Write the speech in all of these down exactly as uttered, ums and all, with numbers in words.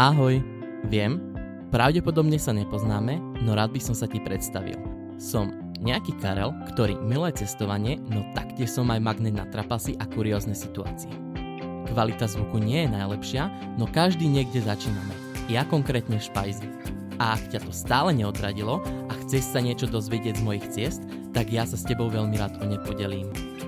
Ahoj, viem, pravdepodobne sa nepoznáme, no rád by som sa ti predstavil. Som nejaký Karel, ktorý miluje cestovanie, no taktiež som aj magnet na trapasy a kuriózne situácie. Kvalita zvuku nie je najlepšia, no každý niekde začíname. Ja konkrétne v špajzi. A ak ťa to stále neodradilo a chceš sa niečo dozvedieť z mojich ciest, tak ja sa s tebou veľmi rád o ne podelím.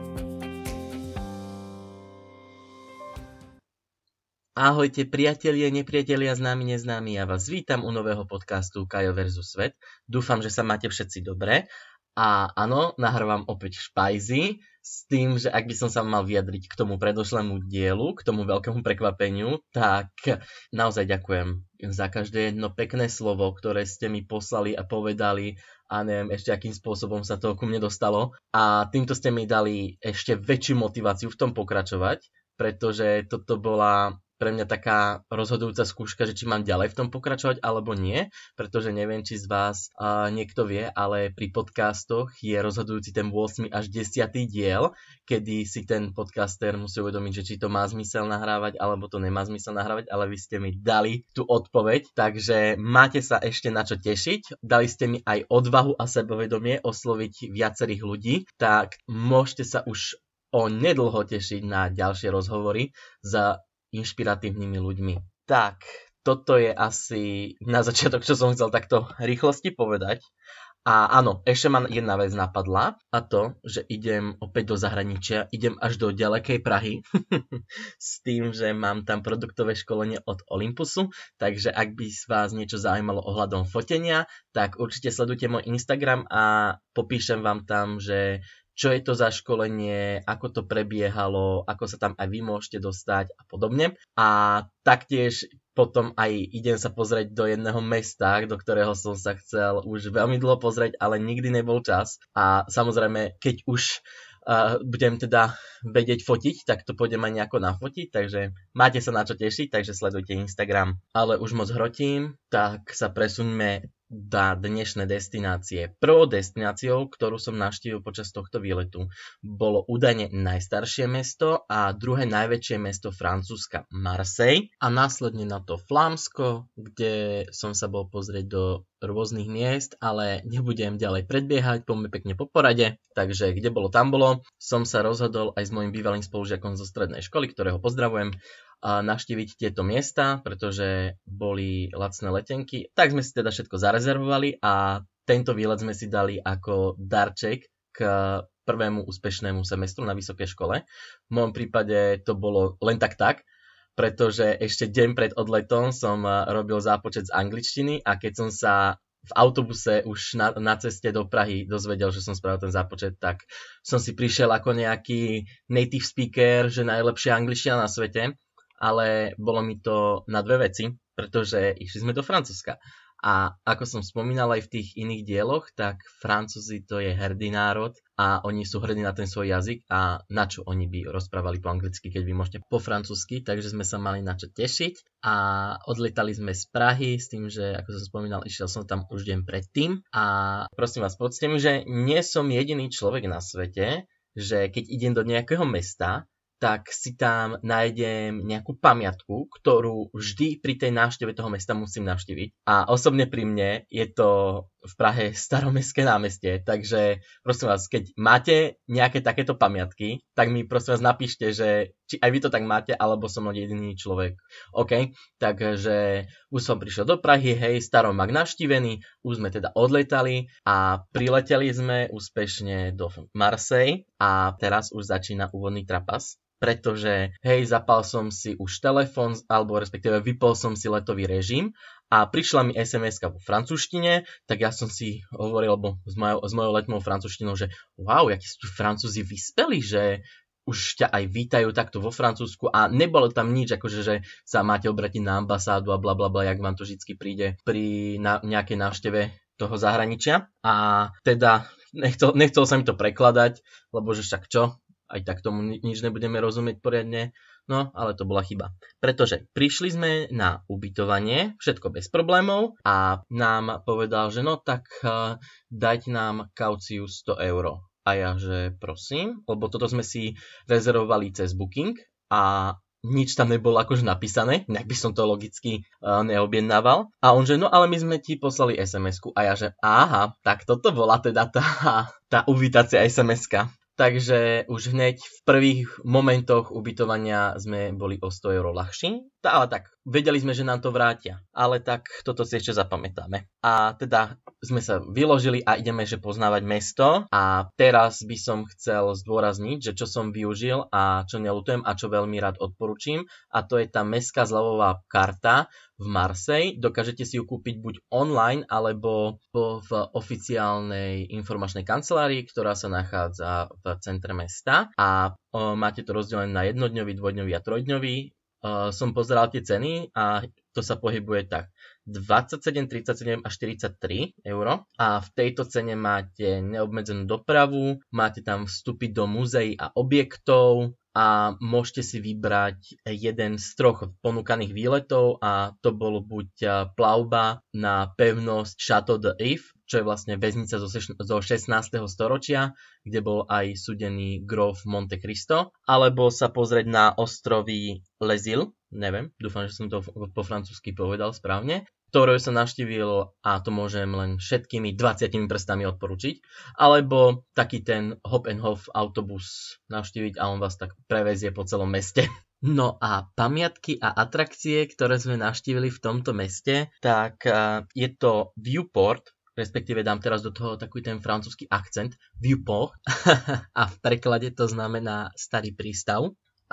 Ahojte priatelia, nepriatelia, známi, neznámi, ja vás vítam u nového podcastu Kajo versus Svet. Dúfam, že sa máte všetci dobre. A áno, nahrávam opäť v špajzi, s tým, že ak by som sa mal vyjadriť k tomu predošlému dielu, k tomu veľkému prekvapeniu, tak naozaj ďakujem za každé jedno pekné slovo, ktoré ste mi poslali a povedali a neviem ešte akým spôsobom sa to ku mne dostalo. A týmto ste mi dali ešte väčšiu motiváciu v tom pokračovať, pretože toto bola pre mňa taká rozhodujúca skúška, že či mám ďalej v tom pokračovať alebo nie, pretože neviem, či z vás uh, niekto vie, ale pri podcastoch je rozhodujúci ten ôsmy až desiaty diel, kedy si ten podcaster musí uvedomiť, že či to má zmysel nahrávať alebo to nemá zmysel nahrávať, ale vy ste mi dali tú odpoveď, takže máte sa ešte na čo tešiť. Dali ste mi aj odvahu a sebavedomie osloviť viacerých ľudí, tak môžete sa už onedlho tešiť na ďalšie rozhovory za inšpiratívnymi ľuďmi. Tak, toto je asi na začiatok, čo som chcel takto rýchlosti povedať. A áno, ešte ma jedna vec napadla, a to, že idem opäť do zahraničia, idem až do ďalekej Prahy, s tým, že mám tam produktové školenie od Olympusu, takže ak by vás niečo zaujímalo ohľadom fotenia, tak určite sledujte môj Instagram a popíšem vám tam, že čo je to za školenie, ako to prebiehalo, ako sa tam aj vy môžete dostať a podobne. A taktiež potom aj idem sa pozrieť do jedného mesta, do ktorého som sa chcel už veľmi dlho pozrieť, ale nikdy nebol čas. A samozrejme, keď už uh, budem teda vedieť fotiť, tak to pôjdem aj nejako nafotiť, takže máte sa na čo tešiť, takže sledujte Instagram. Ale už moc hrotím, tak sa presuňme na dnešné destinácie. Prvou destináciou, ktorú som navštívil počas tohto výletu, bolo údajne najstaršie mesto a druhé najväčšie mesto Francúzska, Marseille, a následne na to Flámsko, kde som sa bol pozrieť do rôznych miest, ale nebudem ďalej predbiehať, poďme pekne po porade. Takže kde bolo, tam bolo. Som sa rozhodol aj s mojim bývalým spolužiakom zo strednej školy, ktorého pozdravujem, a navštíviť tieto miesta, pretože boli lacné letenky. Tak sme si teda všetko zarezervovali a tento výlet sme si dali ako darček k prvému úspešnému semestru na vysokej škole. V môjom prípade to bolo len tak tak, pretože ešte deň pred odletom som robil zápočet z angličtiny a keď som sa v autobuse už na, na ceste do Prahy dozvedel, že som spravil ten zápočet, tak som si prišiel ako nejaký native speaker, že najlepšia angličtina na svete. Ale bolo mi to na dve veci, pretože išli sme do Francúzska. A ako som spomínal aj v tých iných dieloch, tak Francúzi to je hrdý národ a oni sú hrdí na ten svoj jazyk a na čo oni by rozprávali po anglicky, keď vy môžete po francúzsky, takže sme sa mali na čo tešiť a odlietali sme z Prahy s tým, že ako som spomínal, išiel som tam už deň predtým a prosím vás, povedzte mi, že nie som jediný človek na svete, že keď idem do nejakého mesta, tak si tam nájdem nejakú pamiatku, ktorú vždy pri tej návšteve toho mesta musím navštíviť. A osobne pri mne je to v Prahe Staromestské námestie, takže prosím vás, keď máte nejaké takéto pamiatky, tak mi prosím vás napíšte, že či aj vy to tak máte, alebo som len jediný človek. OK, takže už som prišiel do Prahy, hej, Staromak navštívený, už sme teda odletali a prileteli sme úspešne do Marseille a teraz už začína úvodný trapas. Pretože, hej, zapal som si už telefón, alebo respektíve vypol som si letový režim a prišla mi es em eska vo francúzštine, tak ja som si hovoril, alebo s mojou, s mojou letnou francúzštinou, že wow, jakí sú Francúzi vyspelí, že už ťa aj vítajú takto vo Francúzsku a nebolo tam nič, akože že sa máte obratiť na ambasádu a blablabla, jak vám to vždycky príde pri na, nejakej návšteve toho zahraničia. A teda nechcel, nechcel sa mi to prekladať, lebo že však čo? Aj tak tomu nič nebudeme rozumieť poriadne, no ale to bola chyba. Pretože prišli sme na ubytovanie, všetko bez problémov a nám povedal, že no tak uh, dajte nám kauciu sto eur. A ja, že prosím, lebo toto sme si rezervovali cez Booking a nič tam nebolo akože napísané, nejak by som to logicky uh, neobjednával. A on že, no ale my sme ti poslali es em esku. A ja že, aha, tak toto bola teda tá, tá uvítacia es em eska. Takže už hneď v prvých momentoch ubytovania sme boli o sto eur ľahší. Ale tak, vedeli sme, že nám to vrátia. Ale tak, toto si ešte zapamätáme. A teda sme sa vyložili a ideme, že poznávať mesto. A teraz by som chcel zdôrazniť, že čo som využil a čo neľutujem a čo veľmi rád odporúčim. A to je tá mestská zľavová karta v Marseille. Dokážete si ju kúpiť buď online, alebo v oficiálnej informačnej kancelárii, ktorá sa nachádza v centre mesta. A o, máte to rozdelené na jednodňový, dvojdňový a trojdňový. Uh, som pozeral tie ceny a to sa pohybuje tak dvadsaťsedem, tridsaťsedem a štyridsaťtri eur. A v tejto cene máte neobmedzenú dopravu, máte tam vstúpiť do múzeí a objektov a môžete si vybrať jeden z troch ponúkaných výletov a to bolo buď plavba na pevnosť Château d'If, čo je vlastne väznica zo, seš- zo šestnásteho storočia, kde bol aj súdený gróf Monte Cristo, alebo sa pozrieť na ostrovy Les Îles, neviem, dúfam, že som to po francúzsky povedal správne, ktoré som navštívil a to môžem len všetkými dvadsiatimi prstami odporučiť, alebo taký ten hop and hop autobus navštíviť a on vás tak prevezie po celom meste. No a pamiatky a atrakcie, ktoré sme navštívili v tomto meste, tak je to Viewport, respektíve dám teraz do toho takový ten francúzsky akcent, Viewport, a v preklade to znamená starý prístav.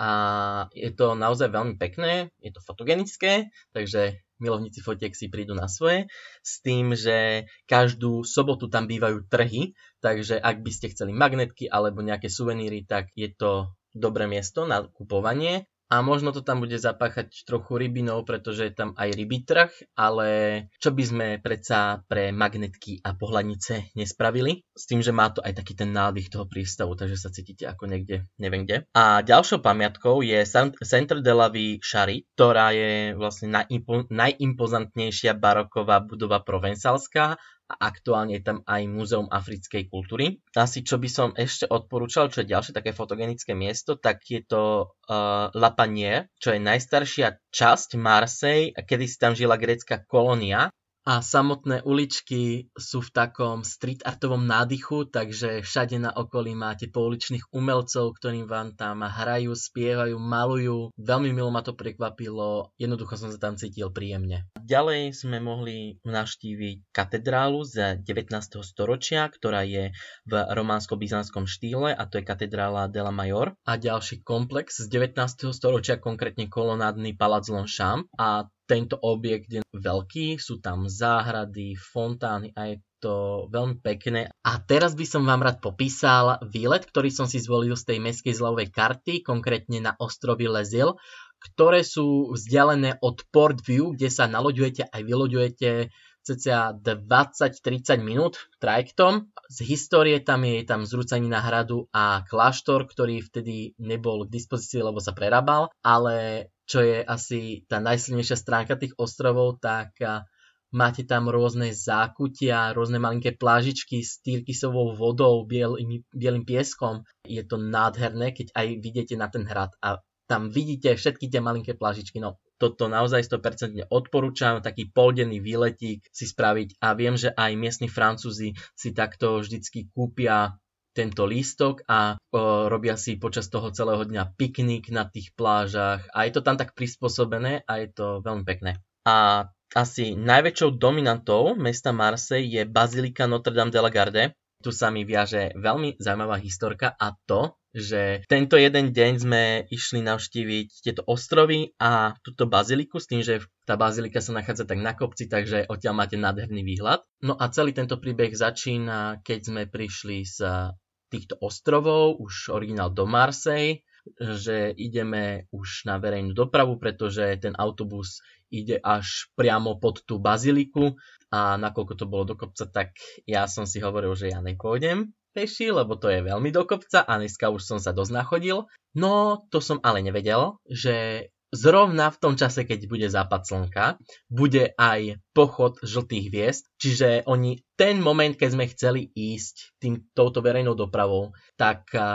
A je to naozaj veľmi pekné, je to fotogenické, takže milovníci fotiek si prídu na svoje, s tým, že každú sobotu tam bývajú trhy, takže ak by ste chceli magnetky alebo nejaké suveníry, tak je to dobré miesto na kupovanie. A možno to tam bude zapáchať trochu rybinou, pretože je tam aj rybí trh, ale čo by sme predsa pre magnetky a pohľadnice nespravili? S tým, že má to aj taký ten nádych toho prístavu, takže sa cítite ako niekde, neviem kde. A ďalšou pamiatkou je Centre de la Vie Charite, ktorá je vlastne najimpo- najimpozantnejšia baroková budova provencálska, a aktuálne je tam aj Múzeum africkej kultúry. Asi čo by som ešte odporúčal, čo je ďalšie také fotogenické miesto, tak je to uh, La Panière, čo je najstaršia časť Marseille, a kedy si tam žila grécka kolónia. A samotné uličky sú v takom street artovom nádychu, takže všade na okolí máte pouličných umelcov, ktorí vám tam hrajú, spievajú, malujú. Veľmi milo ma to prekvapilo, jednoducho som sa tam cítil príjemne. Ďalej sme mohli navštíviť katedrálu z devätnásteho storočia, ktorá je v románsko-byzantskom štýle, a to je katedrála de la Mayor. A ďalší komplex z devätnásteho storočia, konkrétne kolonádny palác Longchamp. A tento objekt je veľký, sú tam záhrady, fontány a je to veľmi pekné. A teraz by som vám rád popísal výlet, ktorý som si zvolil z tej mestskej zľavovej karty, konkrétne na ostrovy Les Îles, ktoré sú vzdialené od Port View, kde sa naloďujete aj vyloďujete cca dvadsať tridsať minút trajektom. Z histórie tam je, je tam zrúcanina hradu a kláštor, ktorý vtedy nebol k dispozícii, lebo sa prerábal, ale čo je asi tá najsilnejšia stránka tých ostrovov, tak máte tam rôzne zákutia, rôzne malinké plážičky s tyrkysovou vodou, bielým, bielým pieskom. Je to nádherné, keď aj vidíte na ten hrad a tam vidíte všetky tie malinké plážičky. No, toto naozaj sto percent odporúčam, taký poldenný výletík si spraviť a viem, že aj miestni Francúzi si takto vždycky kúpia tento lístok a o, robia si počas toho celého dňa piknik na tých plážach a je to tam tak prispôsobené a je to veľmi pekné. A asi najväčšou dominantou mesta Marseille je bazilika Notre-Dame de la Garde. Tu sa mi viaže veľmi zaujímavá historka a to, že tento jeden deň sme išli navštíviť tieto ostrovy a túto baziliku s tým, že tá bazilika sa nachádza tak na kopci, takže odtiaľ máte nádherný výhľad. No a celý tento príbeh začína, keď sme prišli z týchto ostrovov, už originál do Marseille, že ideme už na verejnú dopravu, pretože ten autobus ide až priamo pod tú baziliku a nakoľko to bolo do kopca, tak ja som si hovoril, že ja nepôjdem peši, lebo to je veľmi do kopca a dneska už som sa dosť nachodil. No, to som ale nevedel, že zrovna v tom čase, keď bude západ slnka, bude aj pochod žltých hviezd, čiže oni ten moment, keď sme chceli ísť tým, touto verejnou dopravou, tak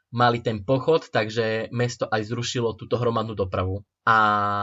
mali ten pochod, takže mesto aj zrušilo túto hromadnú dopravu. A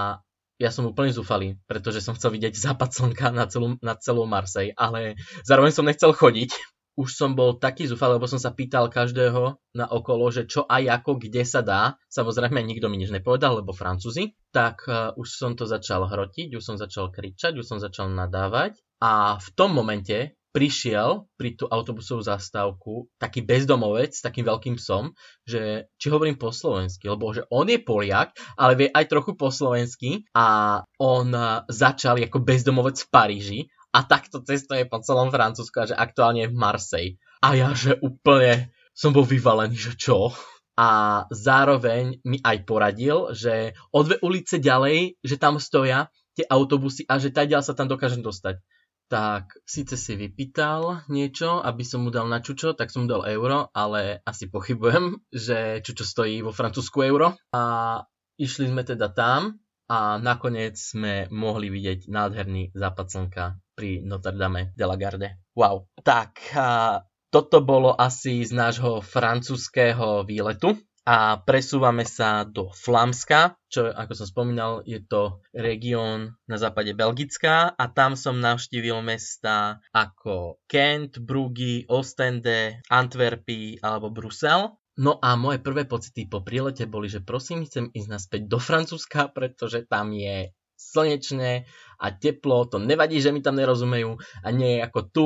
ja som úplne zúfalý, pretože som chcel vidieť západ slnka na celú, na celú Marseille, ale zároveň som nechcel chodiť. Už som bol taký zúfalý, lebo som sa pýtal každého na okolo, že čo aj ako, kde sa dá. Samozrejme, nikto mi nič nepovedal, lebo Francúzi. Tak uh, už som to začal hrotiť, už som začal kričať, už som začal nadávať. A v tom momente prišiel pri tú autobusovú zastávku taký bezdomovec s takým veľkým psom, že či hovorím po slovensky, lebo že on je Poliak, ale vie aj trochu po slovensky a on uh, začal ako bezdomovec v Paríži. A takto cestuje po celom Francúzsku a že aktuálne je v Marseille. A ja, že úplne som bol vyvalený, že čo? A zároveň mi aj poradil, že o dve ulice ďalej, že tam stoja tie autobusy a že tadiaľ sa tam dokážem dostať. Tak síce si vypýtal niečo, aby som mu dal na čučo, tak som mu dal euro, ale asi pochybujem, že čučo stojí vo Francúzsku euro. A išli sme teda tam a nakoniec sme mohli vidieť nádherný západ slnka pri Notre Dame de la Garde. Wow. Tak, a toto bolo asi z nášho francúzského výletu a presúvame sa do Flámska, čo, ako som spomínal, je to región na západe Belgická a tam som navštívil mesta ako Kent, Bruggy, Ostende, Antwerpy alebo Brusel. No a moje prvé pocity po prílete boli, že prosím, chcem ísť naspäť do Francúzska, pretože tam je slnečné a teplo, to nevadí, že mi tam nerozumejú a nie je ako tu,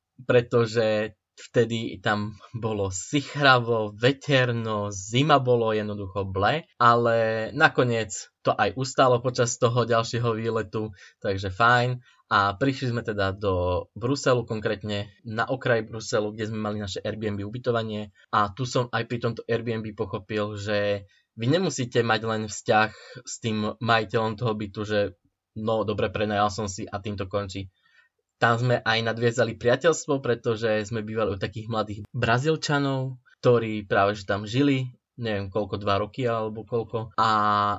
pretože vtedy tam bolo sichravo, veterno, zima bolo jednoducho ble, ale nakoniec to aj ustalo počas toho ďalšieho výletu, takže fajn. A prišli sme teda do Bruselu, konkrétne na okraj Bruselu, kde sme mali naše Airbnb ubytovanie. A tu som aj pri tomto Airbnb pochopil, že vy nemusíte mať len vzťah s tým majiteľom toho bytu, že no dobre, prenajal som si a tým to končí. Tam sme aj nadviezali priateľstvo, pretože sme bývali u takých mladých Brazílčanov, ktorí práve že tam žili, neviem koľko, dva roky alebo koľko. A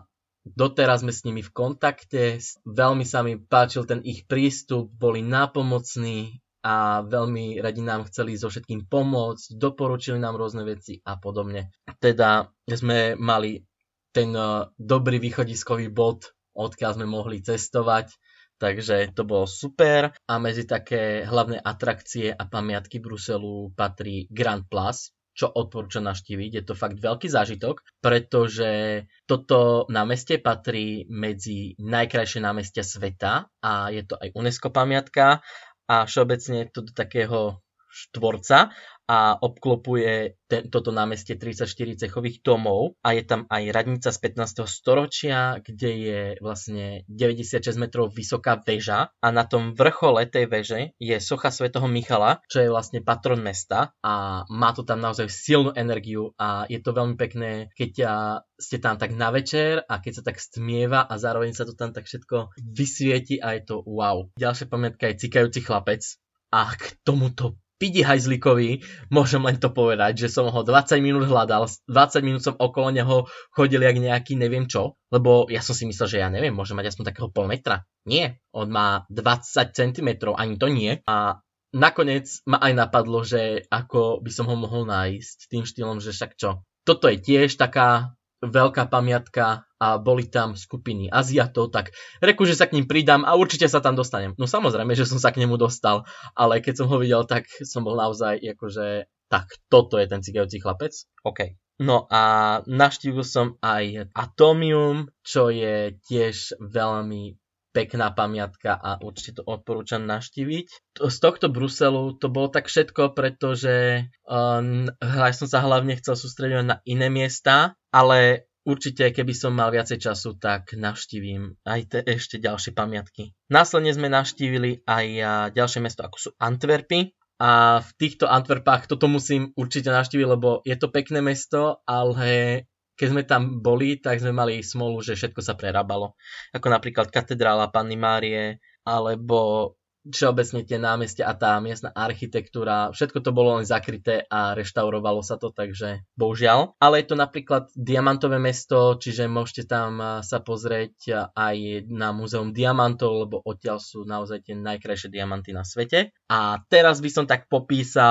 doteraz sme s nimi v kontakte, veľmi sa mi páčil ten ich prístup, boli nápomocní a veľmi radi nám chceli so všetkým pomôcť, doporučili nám rôzne veci a podobne. Teda sme mali ten dobrý východiskový bod, odkiaľ sme mohli cestovať, takže to bolo super. A medzi také hlavné atrakcie a pamiatky Bruselu patrí Grand Place, čo odporúčam navštíviť. Je to fakt veľký zážitok, pretože toto námestie patrí medzi najkrajšie námestia sveta a je to aj UNESCO pamiatka a všeobecne je to do takého štvorca a obklopuje ten, toto námestie tridsaťštyri cechových domov a je tam aj radnica z pätnásteho storočia, kde je vlastne deväťdesiatšesť metrov vysoká väža a na tom vrchole tej veže je socha svätého Michala, čo je vlastne patron mesta a má to tam naozaj silnú energiu a je to veľmi pekné, keď ste tam tak na večer a keď sa tak stmieva a zároveň sa to tam tak všetko vysvieti a je to wow. Ďalšia pamiatka je cikajúci chlapec a k tomuto pidi hajzlíkovi, môžem len to povedať, že som ho dvadsať minút hľadal, dvadsať minút som okolo neho chodil jak nejaký neviem čo, lebo ja som si myslel, že ja neviem, môže mať aspoň takého pol metra. Nie, on má dvadsať centimetrov, ani to nie. A nakoniec ma aj napadlo, že ako by som ho mohol nájsť tým štýlom, že však čo. Toto je tiež taká veľká pamiatka a boli tam skupiny Aziatov, tak reku, že sa k ním pridám a určite sa tam dostanem. No samozrejme, že som sa k nemu dostal, ale keď som ho videl, tak som bol naozaj akože, tak toto je ten cikajúci chlapec. OK. No a navštívil som aj Atomium, čo je tiež veľmi pekná pamiatka a určite to odporúčam navštíviť. Z tohto Bruselu to bolo tak všetko, pretože um, ja som sa hlavne chcel sústrediť na iné miesta, ale určite keby som mal viacej času, tak navštívim aj te, ešte ďalšie pamiatky. Následne sme navštívili aj ďalšie mesto, ako sú Antwerpy. A v týchto Antwerpách toto musím určite navštíviť, lebo je to pekné mesto, ale keď sme tam boli, tak sme mali smolu, že všetko sa prerábalo. Ako napríklad katedrála Panny Márie, alebo všeobecne tie námestia a tá miestna architektúra. Všetko to bolo len zakryté a reštaurovalo sa to, takže bohužiaľ. Ale je to napríklad diamantové mesto, čiže môžete tam sa pozrieť aj na múzeum diamantov, lebo odtiaľ sú naozaj tie najkrajšie diamanty na svete. A teraz by som tak popísal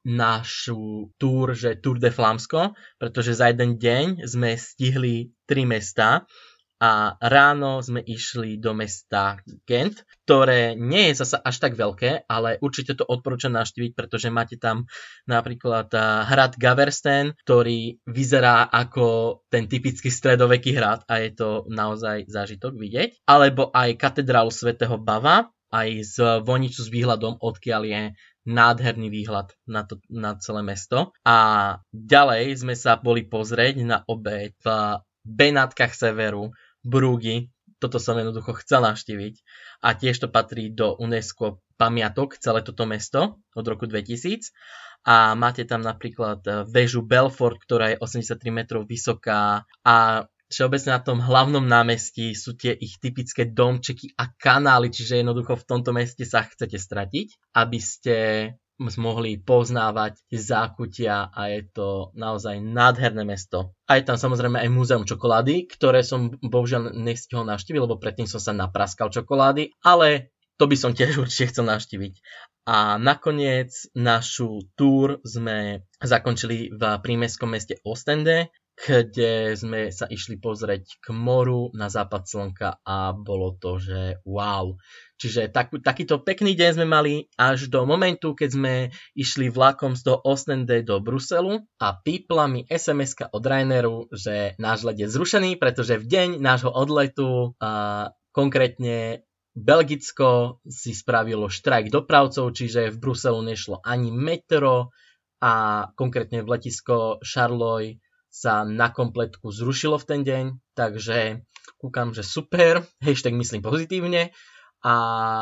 našu túr, že Tour de Flamsko, pretože za jeden deň sme stihli tri mestá a ráno sme išli do mesta Gent, ktoré nie je zasa až tak veľké, ale určite to odporúčam navštíviť, pretože máte tam napríklad hrad Gaversten, ktorý vyzerá ako ten typický stredoveký hrad a je to naozaj zážitok vidieť. Alebo aj katedrálu svätého Bava, aj z Vonicu s výhľadom, odkiaľ je nádherný výhľad na, to, na celé mesto. A ďalej sme sa boli pozrieť na obed v Benátkach severu, Bruggy. Toto som jednoducho chcel navštíviť. A tiež to patrí do UNESCO pamiatok, celé toto mesto od roku dvetisíc. A máte tam napríklad väžu Belfort, ktorá je osemdesiattri metrov vysoká. A všeobecne na tom hlavnom námestí sú tie ich typické domčeky a kanály, čiže jednoducho v tomto meste sa chcete stratiť, aby ste mohli poznávať zákutia a je to naozaj nádherné mesto. A je tam samozrejme aj múzeum čokolády, ktoré som bohužiaľ nestihol navštíviť, lebo predtým som sa napraskal čokolády, ale to by som tiež určite chcel navštíviť. A nakoniec našu túr sme zakončili v prímestskom meste Ostende, kde sme sa išli pozrieť k moru na západ slnka a bolo to, že wow. Čiže tak, takýto pekný deň sme mali až do momentu, keď sme išli vlakom z do Ostende do Bruselu a pípla mi es em eska od Ryanairu, že náš let je zrušený, pretože v deň nášho odletu a konkrétne Belgicko si spravilo štrajk dopravcov, čiže v Bruselu nešlo ani metro a konkrétne v letisko Charleroi sa na kompletku zrušilo v ten deň, takže kúkam, že super, hashtag myslím pozitívne a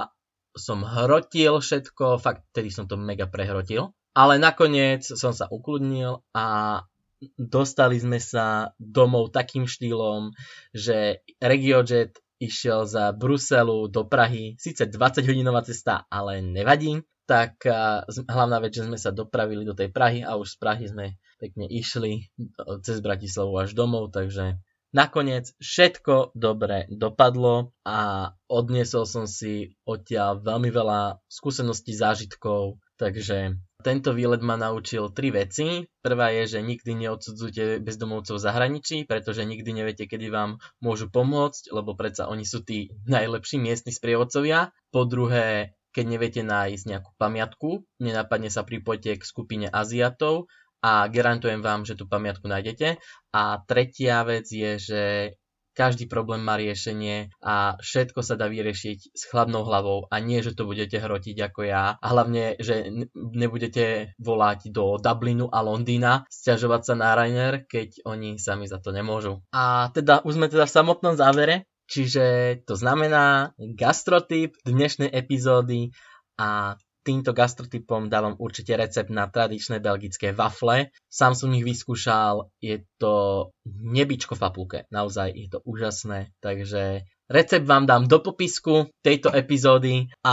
som hrotil všetko, fakt, tedy som to mega prehrotil, ale nakoniec som sa ukludnil a dostali sme sa domov takým štýlom, že RegioJet išiel z Bruselu do Prahy, síce dvadsaťhodinová cesta, ale nevadí, tak hlavná vec, že sme sa dopravili do tej Prahy a už z Prahy sme pekne išli cez Bratislavu až domov, takže nakoniec všetko dobre dopadlo a odniesol som si odtiaľ veľmi veľa skúseností, zážitkov, takže tento výlet ma naučil tri veci. Prvá je, že nikdy neodsudzujte bezdomovcov v zahraničí, pretože nikdy neviete, kedy vám môžu pomôcť, lebo predsa oni sú tí najlepší miestni sprievodcovia. Po druhé, keď neviete nájsť nejakú pamiatku, nenápadne sa pripojte k skupine Aziatov a garantujem vám, že tú pamiatku nájdete. A tretia vec je, že každý problém má riešenie a všetko sa dá vyriešiť s chladnou hlavou a nie, že to budete hrotiť ako ja. A hlavne, že nebudete volať do Dublinu a Londýna, sťažovať sa na Ryanair, keď oni sami za to nemôžu. A teda už sme teda v samotnom závere, čiže to znamená gastrotip dnešnej epizódy a týmto gastrotypom dávam určite recept na tradičné belgické wafle. Sám som ich vyskúšal, je to nebičko v papulke, naozaj je to úžasné. Takže recept vám dám do popisku tejto epizódy a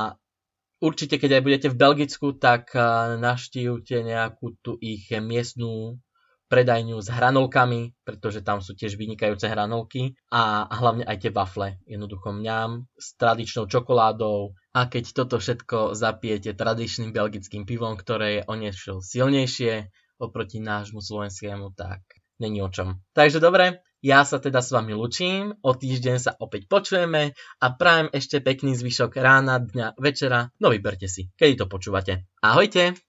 určite keď aj budete v Belgicku, tak navštívte nejakú tú ich miestnú predajňu s hranolkami, pretože tam sú tiež vynikajúce hranolky a hlavne aj tie wafle. Jednoducho mňam s tradičnou čokoládou a keď toto všetko zapijete tradičným belgickým pivom, ktoré je o niečo silnejšie oproti nášmu slovenskému, tak není o čom. Takže dobre, ja sa teda s vami lučím, o týždeň sa opäť počujeme a prajem ešte pekný zvyšok rána, dňa, večera, no vyberte si, kedy to počúvate. Ahojte!